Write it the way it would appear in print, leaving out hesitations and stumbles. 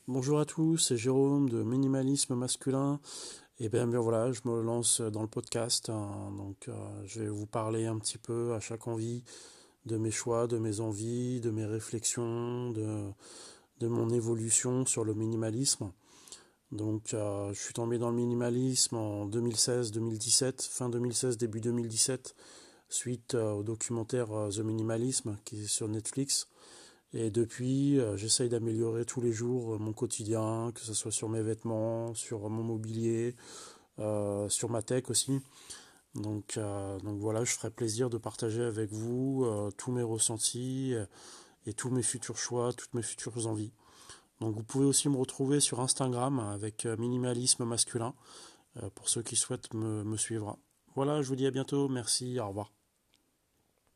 Bonjour à tous, c'est Jérôme de Minimalisme Masculin. Et bien voilà, je me lance dans le podcast, hein. Je vais vous parler un petit peu à chaque envie de mes choix, de mes envies, de mes réflexions, de mon évolution sur le minimalisme. Je suis tombé dans le minimalisme en 2016-2017, fin 2016, début 2017, suite au documentaire The Minimalism qui est sur Netflix. Et depuis, j'essaye d'améliorer tous les jours mon quotidien, que ce soit sur mes vêtements, sur mon mobilier, sur ma tech aussi. Donc voilà, je ferai plaisir de partager avec vous tous mes ressentis et tous mes futurs choix, toutes mes futures envies. Donc vous pouvez aussi me retrouver sur Instagram avec minimalisme masculin pour ceux qui souhaitent me suivre. Voilà, je vous dis à bientôt, merci, au revoir.